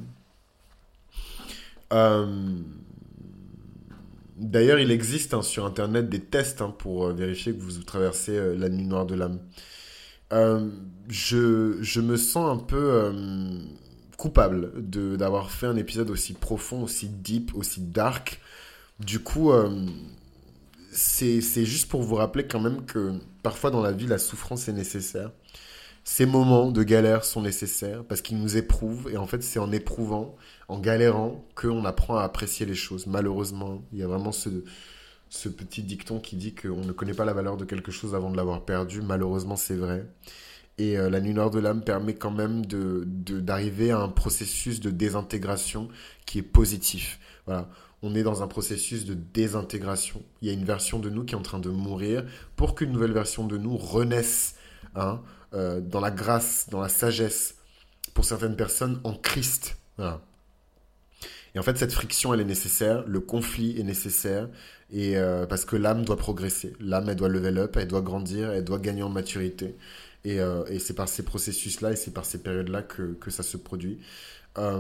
Euh, D'ailleurs, il existe hein, sur Internet des tests hein, pour euh, vérifier que vous traversez euh, la nuit noire de l'âme. Euh, je, je me sens un peu euh, coupable de d'avoir fait un épisode aussi profond, aussi deep, aussi dark. Du coup, euh, c'est, c'est juste pour vous rappeler quand même que parfois dans la vie, la souffrance est nécessaire. Ces moments de galère sont nécessaires parce qu'ils nous éprouvent et en fait c'est en éprouvant, en galérant qu'on apprend à apprécier les choses. Malheureusement, il y a vraiment ce, ce petit dicton qui dit qu'on ne connaît pas la valeur de quelque chose avant de l'avoir perdu. Malheureusement c'est vrai. Et euh, la nuit noire de l'âme permet quand même de, de- d'arriver à un processus de désintégration qui est positif. Voilà. On est dans un processus de désintégration. Il y a une version de nous qui est en train de mourir pour qu'une nouvelle version de nous renaisse hein, euh, dans la grâce, dans la sagesse. Pour certaines personnes, en Christ. Voilà. Et en fait, cette friction, elle est nécessaire. Le conflit est nécessaire. Et euh, parce que l'âme doit progresser. L'âme, elle doit level up, elle doit grandir, elle doit gagner en maturité. Et, euh, et c'est par ces processus-là et c'est par ces périodes-là que, que ça se produit. Euh,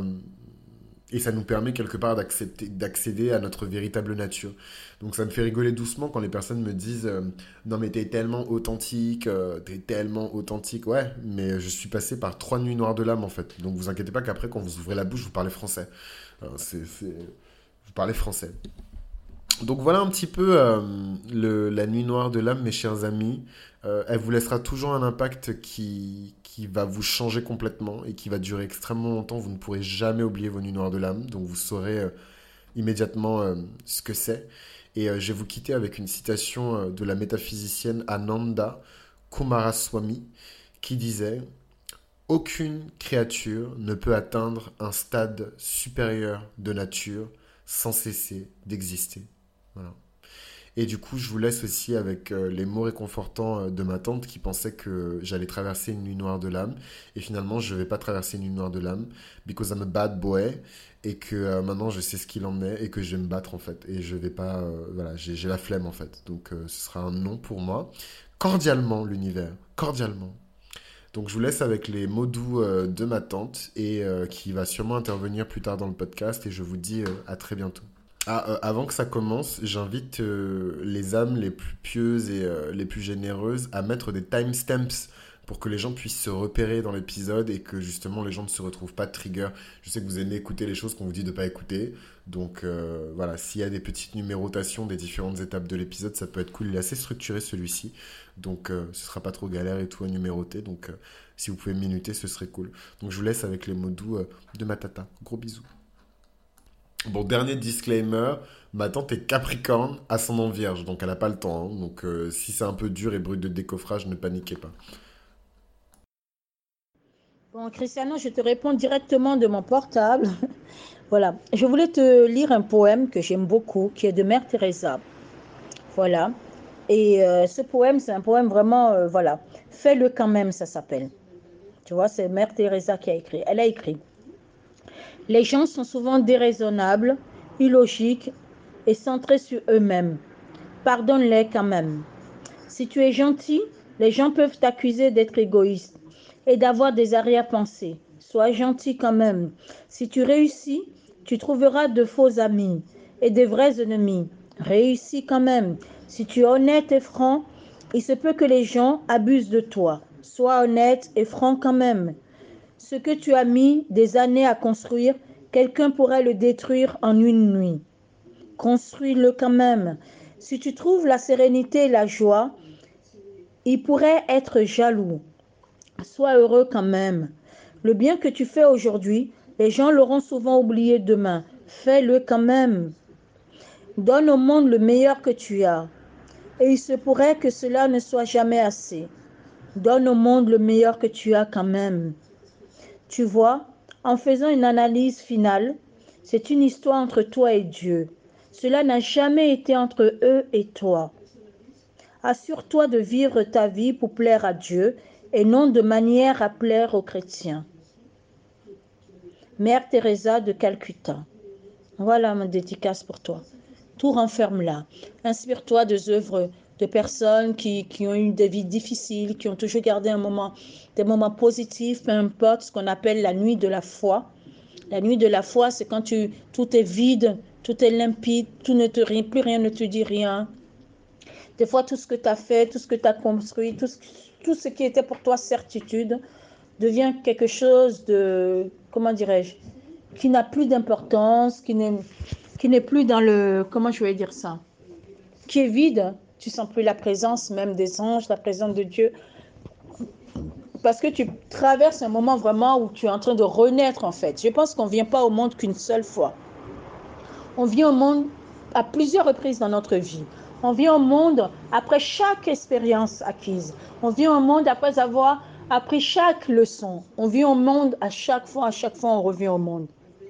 et ça nous permet quelque part d'accepter- d'accéder à notre véritable nature. Donc ça me fait rigoler doucement quand les personnes me disent euh, non mais t'es tellement authentique, euh, t'es tellement authentique. Ouais, mais je suis passé par trois nuits noires de l'âme en fait. Donc vous inquiétez pas qu'après quand vous ouvrez la bouche, vous parlez français. Euh, c'est, c'est... Vous parlez français. Donc voilà un petit peu euh, le- la nuit noire de l'âme, mes chers amis. Euh, elle vous laissera toujours un impact qui, qui va vous changer complètement et qui va durer extrêmement longtemps. Vous ne pourrez jamais oublier vos nuits noires de l'âme, donc vous saurez euh, immédiatement euh, ce que c'est. Et euh, je vais vous quitter avec une citation euh, de la métaphysicienne Ananda Kumaraswamy qui disait aucune créature ne peut atteindre un stade supérieur de nature sans cesser d'exister. Voilà. Et du coup, je vous laisse aussi avec euh, les mots réconfortants euh, de ma tante qui pensait que j'allais traverser une nuit noire de l'âme. Et finalement, je ne vais pas traverser une nuit noire de l'âme, because I'm a bad boy. Et que euh, maintenant, je sais ce qu'il en est et que je vais me battre en fait. Et je vais pas. Euh, voilà, j'ai j'ai la flemme en fait. Donc, euh, ce sera un non pour moi. Cordialement, l'univers. Cordialement. Donc je vous laisse avec les mots doux euh, de ma tante et euh, qui va sûrement intervenir plus tard dans le podcast et je vous dis euh, à très bientôt. Ah, euh, avant que ça commence, j'invite euh, les âmes les plus pieuses et euh, les plus généreuses à mettre des timestamps pour que les gens puissent se repérer dans l'épisode et que justement les gens ne se retrouvent pas trigger. Je sais que vous aimez écouter les choses qu'on vous dit de ne pas écouter. Donc euh, voilà, s'il y a des petites numérotations des différentes étapes de l'épisode, ça peut être cool. Il est assez structuré celui-ci. Donc euh, ce sera pas trop galère et tout à numéroter. Donc euh, si vous pouvez minuter, ce serait cool. Donc je vous laisse avec les mots doux euh, de ma tata. Gros bisous. Bon, dernier disclaimer, ma tante est Capricorne, ascendant Vierge, donc elle n'a pas le temps, hein. Donc euh, si c'est un peu dur et brut de décoffrage, ne paniquez pas. Bon, Cristiano, je te réponds directement de mon portable. Voilà, je voulais te lire un poème que j'aime beaucoup, qui est de Mère Teresa. Voilà, et euh, ce poème, c'est un poème vraiment, euh, voilà, fais-le quand même, ça s'appelle. Tu vois, c'est Mère Teresa qui a écrit. Elle a écrit: les gens sont souvent déraisonnables, illogiques et centrés sur eux-mêmes. Pardonne-les quand même. Si tu es gentil, les gens peuvent t'accuser d'être égoïste et d'avoir des arrière-pensées. Sois gentil quand même. Si tu réussis, tu trouveras de faux amis et de vrais ennemis. Réussis quand même. Si tu es honnête et franc, il se peut que les gens abusent de toi. Sois honnête et franc quand même. Ce que tu as mis des années à construire, quelqu'un pourrait le détruire en une nuit. Construis-le quand même. Si tu trouves la sérénité et la joie, il pourrait être jaloux. Sois heureux quand même. Le bien que tu fais aujourd'hui, les gens l'auront souvent oublié demain. Fais-le quand même. Donne au monde le meilleur que tu as. Et il se pourrait que cela ne soit jamais assez. Donne au monde le meilleur que tu as quand même. Tu vois, en faisant une analyse finale, c'est une histoire entre toi et Dieu. Cela n'a jamais été entre eux et toi. Assure-toi de vivre ta vie pour plaire à Dieu et non de manière à plaire aux chrétiens. Mère Teresa de Calcutta. Voilà ma dédicace pour toi. Tout renferme là. Inspire-toi des œuvres de personnes qui, qui ont eu des vies difficiles, qui ont toujours gardé un moment, des moments positifs, peu importe ce qu'on appelle la nuit de la foi. La nuit de la foi, c'est quand tu, tout est vide, tout est limpide, tout ne te, plus rien ne te dit rien. Des fois, tout ce que tu as fait, tout ce que tu as construit, tout ce, tout ce qui était pour toi certitude, devient quelque chose de, comment dirais-je, qui n'a plus d'importance, qui n'est, qui n'est plus dans le, comment je vais dire ça, qui est vide. Tu sens plus la présence même des anges, la présence de Dieu, parce que tu traverses un moment vraiment où tu es en train de renaître en fait. Je pense qu'on ne vient pas au monde qu'une seule fois. On vient au monde à plusieurs reprises dans notre vie. On vient au monde après chaque expérience acquise. On vient au monde après avoir appris chaque leçon. On vient au monde à chaque fois, à chaque fois on revient au monde.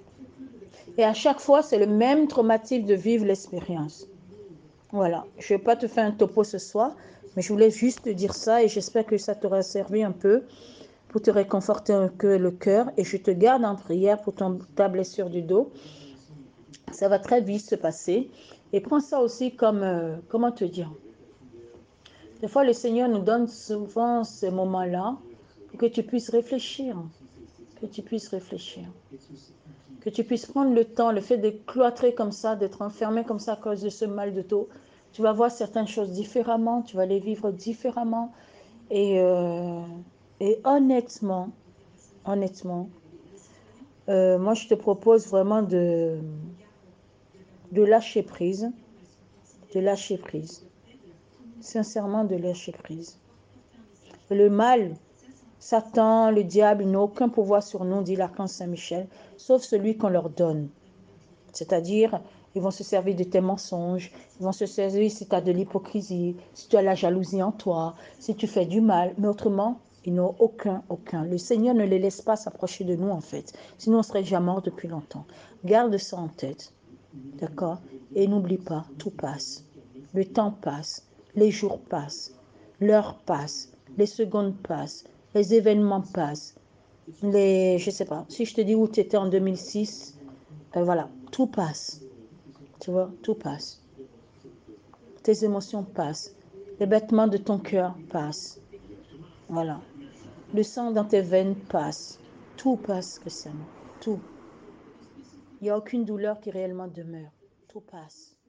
Et à chaque fois, c'est le même traumatisme de vivre l'expérience. Voilà, je ne vais pas te faire un topo ce soir, mais je voulais juste te dire ça et j'espère que ça t'aura servi un peu pour te réconforter un peu le cœur. Et je te garde en prière pour ton, ta blessure du dos. Ça va très vite se passer. Et prends ça aussi comme, euh, comment te dire, des fois le Seigneur nous donne souvent ces moments-là pour que tu puisses réfléchir, que tu puisses réfléchir, que tu puisses prendre le temps, le fait de cloîtrer comme ça, d'être enfermé comme ça à cause de ce mal de dos. Tu vas voir certaines choses différemment, tu vas les vivre différemment. Et, euh, et honnêtement, honnêtement, euh, moi je te propose vraiment de, de lâcher prise, de lâcher prise. Sincèrement de lâcher prise. Le mal, Satan, le diable, n'ont aucun pouvoir sur nous, dit l'archange Saint-Michel, sauf celui qu'on leur donne. C'est-à-dire, ils vont se servir de tes mensonges, ils vont se servir si tu as de l'hypocrisie, si tu as la jalousie en toi, si tu fais du mal, mais autrement, ils n'ont aucun, aucun. Le Seigneur ne les laisse pas s'approcher de nous, en fait. Sinon, on serait déjà mort depuis longtemps. Garde ça en tête, d'accord? Et n'oublie pas, tout passe. Le temps passe, les jours passent, l'heure passe, les secondes passent, les événements passent. Les, je sais pas, si je te dis où tu étais en deux mille six, euh, voilà, tout passe. Tu vois, tout passe. Tes émotions passent. Les battements de ton cœur passent. Voilà. Le sang dans tes veines passe. Tout passe, Christian. Tout. Il n'y a aucune douleur qui réellement demeure. Tout passe.